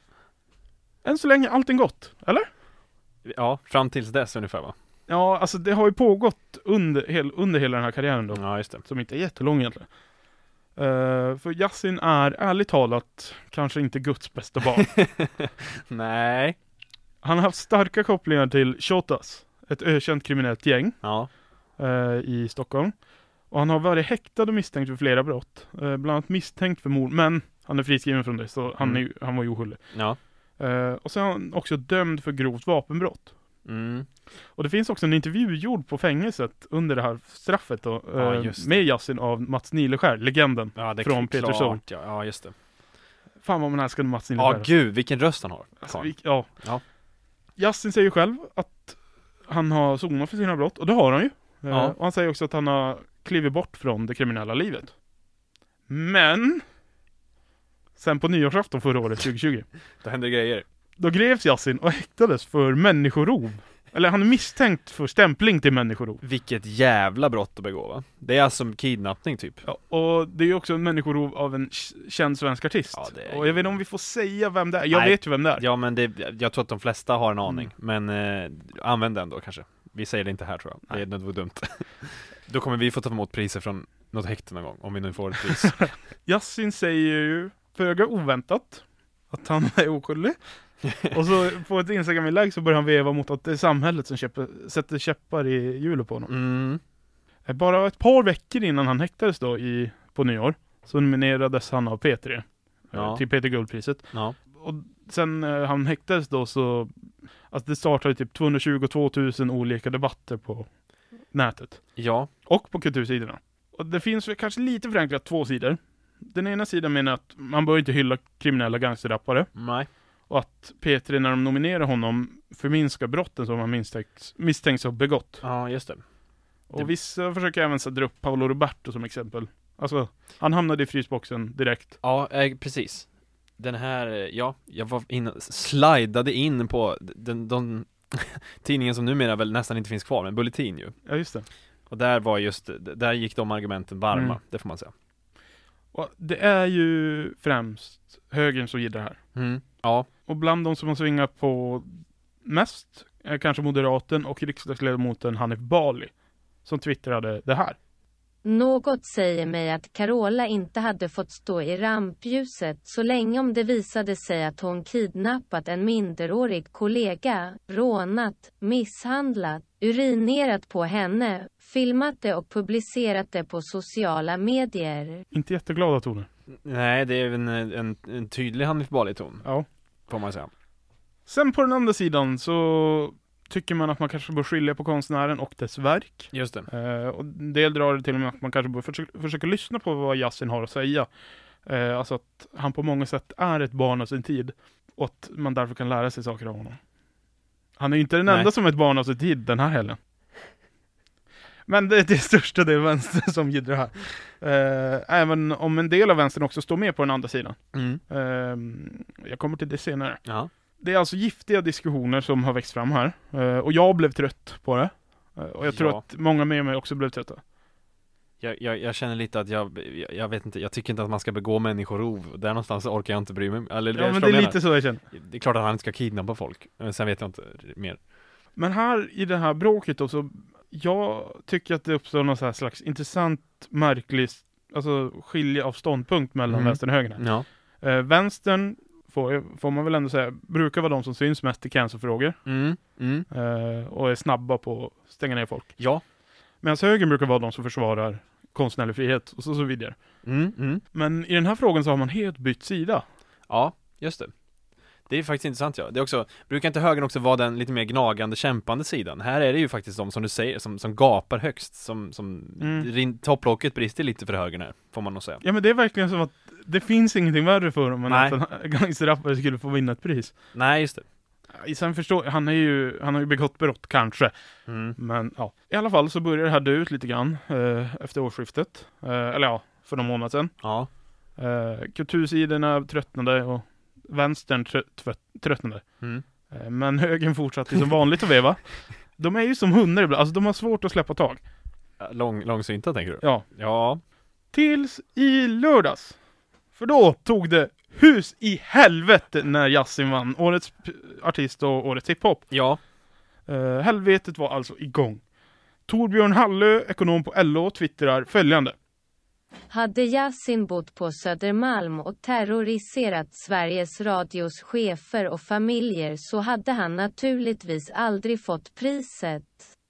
Än så länge allting gott, eller? Ja, fram tills dess ungefär va? Ja, alltså det har ju pågått under, hel, under hela den här karriären då. Ja, just det. Som inte är jättelång egentligen. Uh, för Yasin är ärligt talat kanske inte Guds bästa barn. Nej. Han har haft starka kopplingar till Shotas, ett ökänt kriminellt gäng Ja. uh, i Stockholm. Och han har varit häktad och misstänkt för flera brott. Uh, bland annat misstänkt för mord, men han är friskriven från det, så han, Mm. är, han var ju oskyldig. Ja. Uh, och sen är han också dömd för grovt vapenbrott. Mm. Och det finns också en intervju gjord på fängelset under det här straffet då, Ja, eh, just det. med Yasin av Mats Nileskär, legenden Ja, det är från klart, Petersson. Ja. ja, just det. Fan vad man älskar Mats Nileskär. Ja, gud, vilken röst han har. Alltså, vi, ja. Ja. Yasin säger ju själv att han har sonat för sina brott, och det har han ju. Eh, Ja. och han säger också att han har klivit bort från det kriminella livet. Men Sen på nyårsafton förra året, tjugohundratjugo. Då hände grejer. Då greps Yasin och häktades för människorov. Eller han är misstänkt för stämpling till människorov. Vilket jävla brott att begå, va? Det är alltså kidnappning typ. Ja, och det är ju också en människorov av en känd svensk artist. Ja, det är... Och jag vet inte om vi får säga vem det är. Jag Nej. vet ju vem det är. Ja, men det, jag tror att de flesta har en aning. Mm. Men eh, använd den då kanske. Vi säger det inte här, tror jag. Nej. Det är nog dumt. Då kommer vi få ta emot priser från något häkte någon gång, om vi nu får ett pris. Yasin säger ju, föga oväntat, att han är oskyldig. Och så på ett Instagram-inlägg så börjar han veva mot att det är samhället som käppar, sätter käppar i hjulet på honom. Mm. Bara ett par veckor innan han häktades då i, på nyår så nominerades han av P tre ja. till Peter Guldpriset. Ja. Och sen eh, han häktades då så alltså det startade typ tvåhundratjugotvåtusen olika debatter på nätet. Ja. Och på kultursidorna. Och det finns väl kanske lite förenklat två sidor. Den ena sidan menar att man bör inte hylla kriminella gangsterrappare. Nej. Och att P tre när de nominerar honom förminskar brotten som han misstänks, misstänks ha begått. Ja, just det. Och det... vissa försöker även dra upp Paolo Roberto som exempel. Alltså, han hamnade i frysboxen direkt. Ja, eh, precis. Den här, ja, jag var in, slidade in på den, de tidningen som numera väl nästan inte finns kvar, men Bulletin ju. Ja, just det. Och där var just, där gick de argumenten varma, mm. det får man säga. Och det är ju främst högern som gillar det här. Mm. Ja. Och bland de som har svingat på mest är kanske moderaten och riksdagsledamoten Hanif Bali som twittrade det här. Något säger mig att Carola inte hade fått stå i rampljuset så länge om det visade sig att hon kidnappat en minderårig kollega, rånat, misshandlat, urinerat på henne, filmat det och publicerat det på sociala medier. Inte jätteglada toner. Nej, det är en, en, en tydlig Hanif Bali-ton. Ja. Får man säga. Sen på den andra sidan så tycker man att man kanske bör skilja på konstnären och dess verk. Just det. Eh, och det drar det till och med att man kanske bör försöka, försöka lyssna på vad Yasin har att säga. Eh, alltså att han på många sätt är ett barn av sin tid. Och att man därför kan lära sig saker av honom. Han är ju inte den Nej. enda som är ett barn av sin tid den här helgen. Men det är det största del vänster som gillar det här. Eh, även om en del av vänstern också står med på den andra sidan. Mm. Eh, jag kommer till det senare. Ja. Det är alltså giftiga diskussioner som har växt fram här. Uh, och jag blev trött på det. Uh, och jag tror ja. att många med mig också blev trötta. Jag, jag, jag känner lite att jag, jag, jag vet inte, jag tycker inte att man ska begå människorov. Där någonstans orkar jag inte bry mig. Eller, ja, men det är lite så jag känner. Det är klart att han inte ska kidnappa folk. Men sen vet jag inte mer. Men här i det här bråket då, så jag tycker att det uppstår någon så här slags intressant, märklig, alltså skilja av ståndpunkt mellan mm. vänstern och högern. Ja. Uh, vänstern Får, får man väl ändå säga, brukar vara de som syns mest i cancerfrågor. Mm, mm. Uh, och är snabba på att stänga ner folk. Ja. Medan högern brukar vara de som försvarar konstnärlig frihet och så, så vidare. Mm, mm. Men i den här frågan så har man helt bytt sida. Ja, just det. Det är faktiskt intressant, ja. Det är också, brukar inte högern också vara den lite mer gnagande, kämpande sidan? Här är det ju faktiskt de som du säger, som, som gapar högst, som, som mm. topplocket brister lite för högern här, får man nog säga. Ja, men det är verkligen som att det finns ingenting värre för dem än att en gangsterrappare skulle få vinna ett pris. Nej, just det. Sen förstår han är ju, han har ju begått brott kanske. Mm. Men ja, i alla fall så börjar det här dö ut lite grann eh, efter årsskiftet. Eh, eller ja, för någon månad sedan. Ja. Eh, kultursidorna tröttnade och vänstern trött, tröttnade. Mm. Eh, men högern fortsatte som vanligt att veva. De är ju som hundar ibland, alltså de har svårt att släppa tag. Lång, långsynta tänker du? Ja. Ja. Tills i lördags. För då tog det hus i helvete när Yasin vann årets p- artist och årets hiphop. Ja. Uh, helvetet var alltså igång. Torbjörn Hallö, ekonom på L O, twittrar följande. Hade Yasin bott på Södermalm och terroriserat Sveriges Radios chefer och familjer så hade han naturligtvis aldrig fått priset.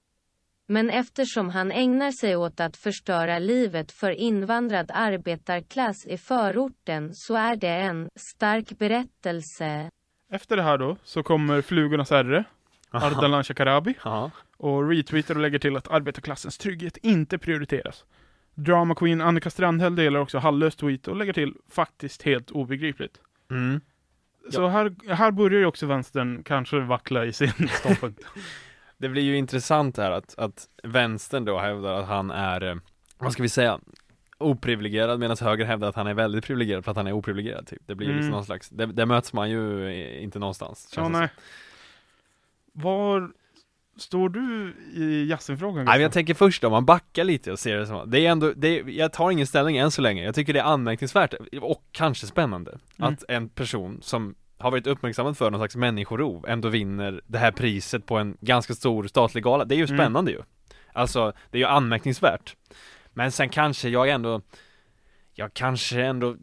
Men eftersom han ägnar sig åt att förstöra livet för invandrad arbetarklass i förorten så är det en stark berättelse. Efter det här då så kommer Flugornas herre, Ardalan Shekarabi, och retweetar och lägger till att arbetarklassens trygghet inte prioriteras. Drama Queen Annika Strandhäll delar också Hallös tweet och lägger till faktiskt helt obegripligt. Mm. Så ja. här, här börjar ju också vänstern kanske vackla i sin ståndpunkt. Det blir ju intressant här att, att vänstern då hävdar att han är, vad ska vi säga, oprivilegierad medan höger hävdar att han är väldigt privilegierad för att han är oprivilegierad typ. Det blir Mm. liksom någon slags, det, det möts man ju inte någonstans. Ja, nej. Var står du i Yasin-frågan? Nej, men jag tänker först om man backar lite och ser det som, det är ändå, det är, jag tar ingen ställning än så länge. Jag tycker det är anmärkningsvärt och kanske spännande Mm. att en person som har varit uppmärksammad för någon slags människorov ändå vinner det här priset på en ganska stor statlig gala. Det är ju Mm. spännande ju. Alltså, det är ju anmärkningsvärt. Men sen kanske jag ändå jag kanske ändå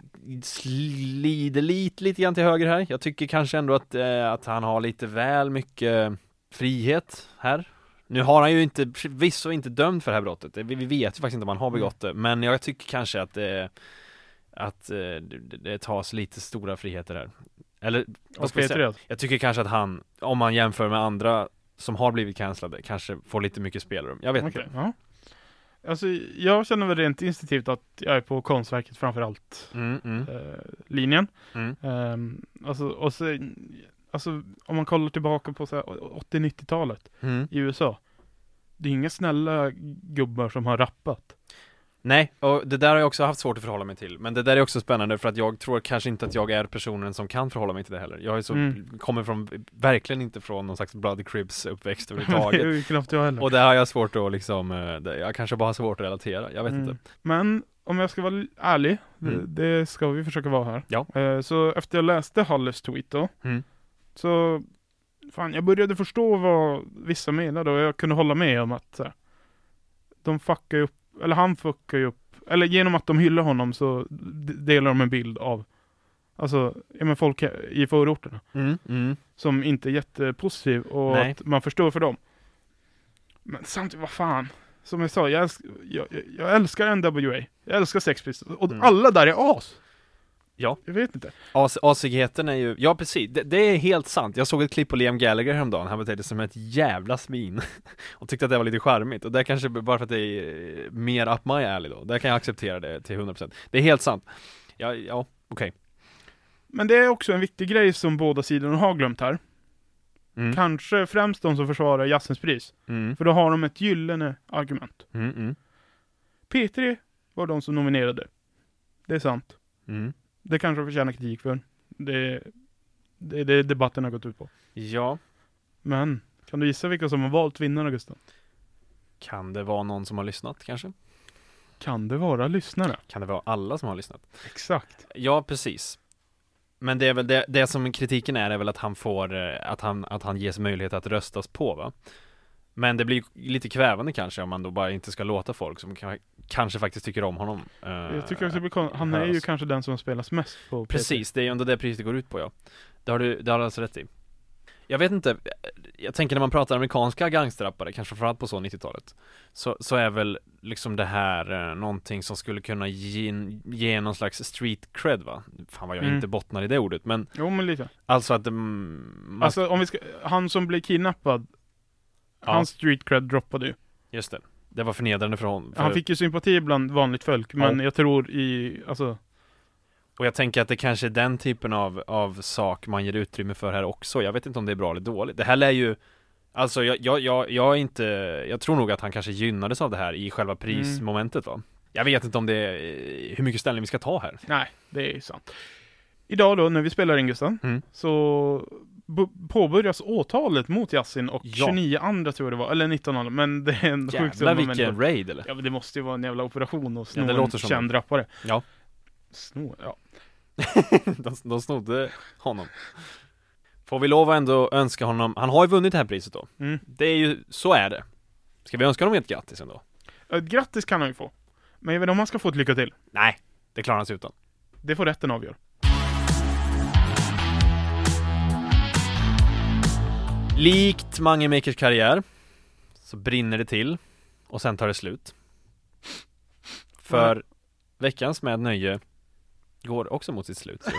slider lite, lite grann till höger här. Jag tycker kanske ändå att, eh, att han har lite väl mycket frihet här. Nu har han ju inte, visst inte dömd för det här brottet. Vi, vi vet ju faktiskt inte om han har begått det. Men jag tycker kanske att, eh, att eh, det, det tas lite stora friheter här. Eller, vad ska jag säga? Jag tycker kanske att han, om man jämför med andra som har blivit cancellade, kanske får lite mycket spelrum. Jag vet okay, inte. Ja. Alltså, jag känner väl rent instinktivt att jag är på Konstverket framförallt mm, mm. Eh, linjen. Mm. Um, alltså, och så, alltså, om man kollar tillbaka på så här åttio-nittiotalet Mm. i U S A. Det är inga snälla gubbar som har rappat. Nej, och det där har jag också haft svårt att förhålla mig till. Men det där är också spännande för att jag tror kanske inte att jag är personen som kan förhålla mig till det heller. Jag är så, Mm. kommer från, verkligen inte från någon slags Bloody Cribs uppväxt överhuvudtaget. Det är ju knappt jag heller. Och det har jag svårt att liksom, det, jag kanske bara har svårt att relatera, jag vet Mm. inte. Men om jag ska vara ärlig, Mm. det, det ska vi försöka vara här. Ja. Eh, så efter jag läste Halles tweet då, Mm. så fan, jag började förstå vad vissa menade och jag kunde hålla med om att så här, de fuckar ju upp, eller han fuckar ju upp, eller genom att de hyllar honom så d- delar de en bild av, alltså, ja, men folk i förorterna Mm. Mm. som inte är jättepositiv och Nej. att man förstår för dem. Men samtidigt, vad fan, som jag sa, jag, älsk, jag, jag, jag älskar N W A, jag älskar Sex Pistols och Mm. alla där är as. Ja. Jag vet inte. As- asigheten är ju, ja precis, det, det är helt sant. Jag såg ett klipp på Liam Gallagher häromdagen. Han betedde sig som ett jävla svin och tyckte att det var lite charmigt. Och det kanske bara för att det är mer up my alley då. Där kan jag acceptera det till hundra procent. Det är helt sant. Ja, ja okej. Okay. Men det är också en viktig grej som båda sidorna har glömt här. Mm. Kanske främst de som försvarar Jazzens pris. Mm. För då har de ett gyllene argument. Mm, mm. P tre var de som nominerade. Det är sant. Mm. Det kanske förtjänar kritik för. Det det är det debatten har gått ut på. Ja. Men, kan du gissa vilka som har valt vinnarna, Gustav? Kan det vara någon som har lyssnat kanske? Kan det vara lyssnare? Kan det vara alla som har lyssnat? Exakt. Ja, precis. Men det är väl det, det som kritiken är, är väl att han får eh, att han, att han ges möjlighet att röstas på, va? Men det blir lite kvävande kanske om man då bara inte ska låta folk som kan, kanske faktiskt tycker om honom. Eh, Jag tycker också det blir kon- han är ju kanske den som spelas mest på P tre. Precis, det är ju ändå det priset går ut på, ja. Det har du, det har du alltså rätt i. Jag vet inte, jag tänker när man pratar amerikanska gangsterrappare, kanske framförallt på så nittiotalet, så, så är väl liksom det här eh, någonting som skulle kunna ge, ge någon slags street cred, va? Fan vad jag Mm. inte bottnar i det ordet, men Jo, men lite. alltså att mm, man, Alltså om vi ska, han som blev kidnappad, Ja. hans street cred droppade ju. just det, det var förnedrande för honom. För, Han fick ju sympati bland vanligt folk, men Ja. jag tror i, alltså, och jag tänker att det kanske är den typen av, av sak man ger utrymme för här också. Jag vet inte om det är bra eller dåligt. Det här lär ju, alltså jag, jag, jag, jag är inte, jag tror nog att han kanske gynnades av det här i själva prismomentet, va? Jag vet inte om det är, hur mycket ställning vi ska ta här. nej, det är sant. Idag då, när vi spelar in, Gustav, Mm. så b- påbörjas åtalet mot Yasin och Ja. tjugonio andra tror jag det var, eller nitton andra, men det är en sjuk Jävlar summa vilken människor. raid eller? Ja, men det måste ju vara en jävla operation och sno Ja, det en låter som känd det. rappare. Ja. Snor, ja. de, de snodde honom. Får vi lov att ändå önska honom, han har ju vunnit det här priset då. Mm. Det är ju, så är det. Ska vi önska honom ett grattis ändå? Ett grattis kan han ju få. Men jag vet inte om han ska få ett lycka till. Nej, det klarar han sig utan. Det får rätten avgöra. Likt Mange Makers karriär så brinner det till och sen tar det slut. För Mm. veckans med nöje går också mot sitt slut. Så.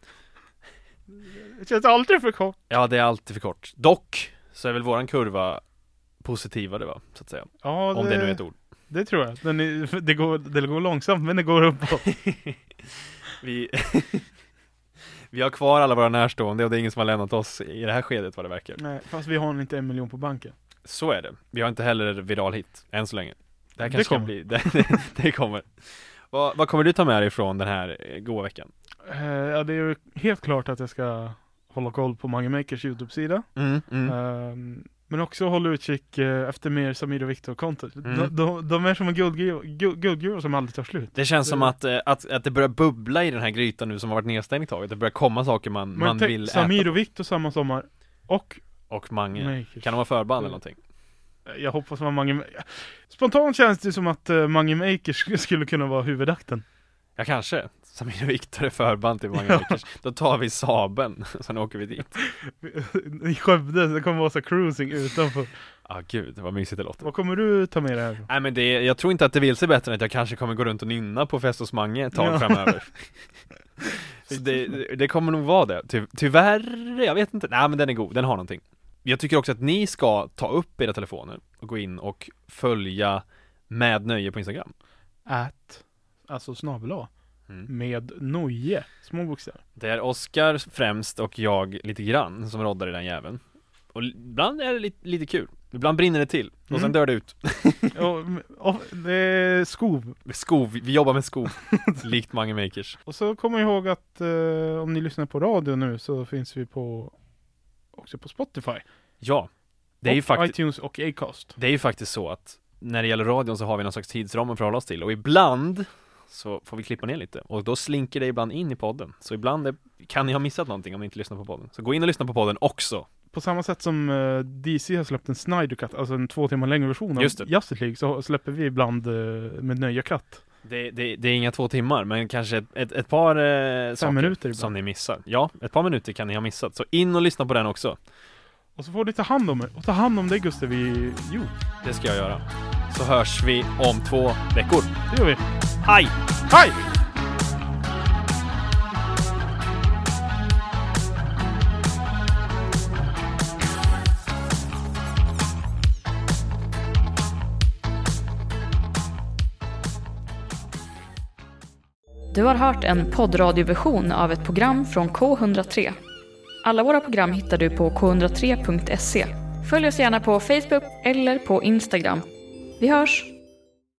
Det känns alltid för kort. Ja, det är alltid för kort. Dock så är väl våran kurva positivare, va, så att säga. Ja, Om det nu är ett ord. Det tror jag. Den är, det, går, det går långsamt, men det går uppåt. Vi Vi har kvar alla våra närstående och det är ingen som har lämnat oss i det här skedet, vad det verkar. Nej, fast vi har inte en miljon på banken. Så är det. Vi har inte heller viral hit än så länge. Det här Det kanske kommer. kan bli det, det, det kommer. Vad, vad kommer du ta med dig ifrån den här goda veckan? Uh, ja, det är ju helt klart att jag ska hålla koll på Mange Makers YouTube-sida. Mm, mm. Uh, men också hålla utkik uh, efter mer Samir och Viktor-content. Mm. De, de, de är som en guldgruva guld, guld som aldrig tar slut. Det känns det, som att, att, att det börjar bubbla i den här grytan nu som har varit nedstängd i taget. Det börjar komma saker man, man, man vill Samir äta. och Viktor samma sommar. Och, och Mange. Makers. Kan de vara förband eller någonting? Jag hoppas man Mange... Spontant känns det som att uh, Mange Makers skulle kunna vara huvudakten. Ja, kanske. Samir och Viktor är förband till Mange Makers. Då tar vi Saben, sen åker vi dit. I Skövde, det kommer vara så cruising utanför. Ja, ah, gud, vad mysigt det låter. Vad kommer du ta med dig här? Nej, men det, jag tror inte att det vill sig bättre än att jag kanske kommer gå runt och nynna på fest hos Mange ett tag ja. framöver. Så det, det kommer nog vara det. Ty, tyvärr, jag vet inte. Nej, men den är god, den har någonting. Jag tycker också att ni ska ta upp era telefoner och gå in och följa Med Nöje på Instagram. At, alltså snabel A. Mm. Med Noje, små bokstäver. Det är Oskar främst och jag lite grann som roddar i den jäveln. Och ibland är det lite, lite kul. Ibland brinner det till och mm. sen dör det ut. och, och, det är skov. Skov, vi jobbar med skov. Likt Mange Makers. Och så kommer jag ihåg att eh, om ni lyssnar på radio nu så finns vi på också på Spotify. Ja. Det är och ju faktiskt iTunes och Acast. Det är ju faktiskt så att när det gäller radion så har vi någon slags tidsram att förhålla oss till. Och ibland så får vi klippa ner lite. Och då slinker det ibland in i podden. Så ibland är, kan ni ha missat någonting om ni inte lyssnar på podden. Så gå in och lyssna på podden också. På samma sätt som uh, D C har släppt en Snyder Cut, alltså en två timmar längre version av Justice League, så släpper vi ibland uh, med Nöja Cut. Det, det, det är inga två timmar, men kanske ett, ett, ett par uh, saker minuter som ni missar. Ja, ett par minuter kan ni ha missat. Så in och lyssna på den också. Och så får ni ta hand om er. Och ta hand om dig, Gustav, i jord. Det ska jag göra. Så hörs vi om två veckor. Det gör vi. Hej! Hej! Du har hört en poddradioversion av ett program från K one hundra tre. Alla våra program hittar du på k one hundra tre punkt se. Följ oss gärna på Facebook eller på Instagram. Vi hörs!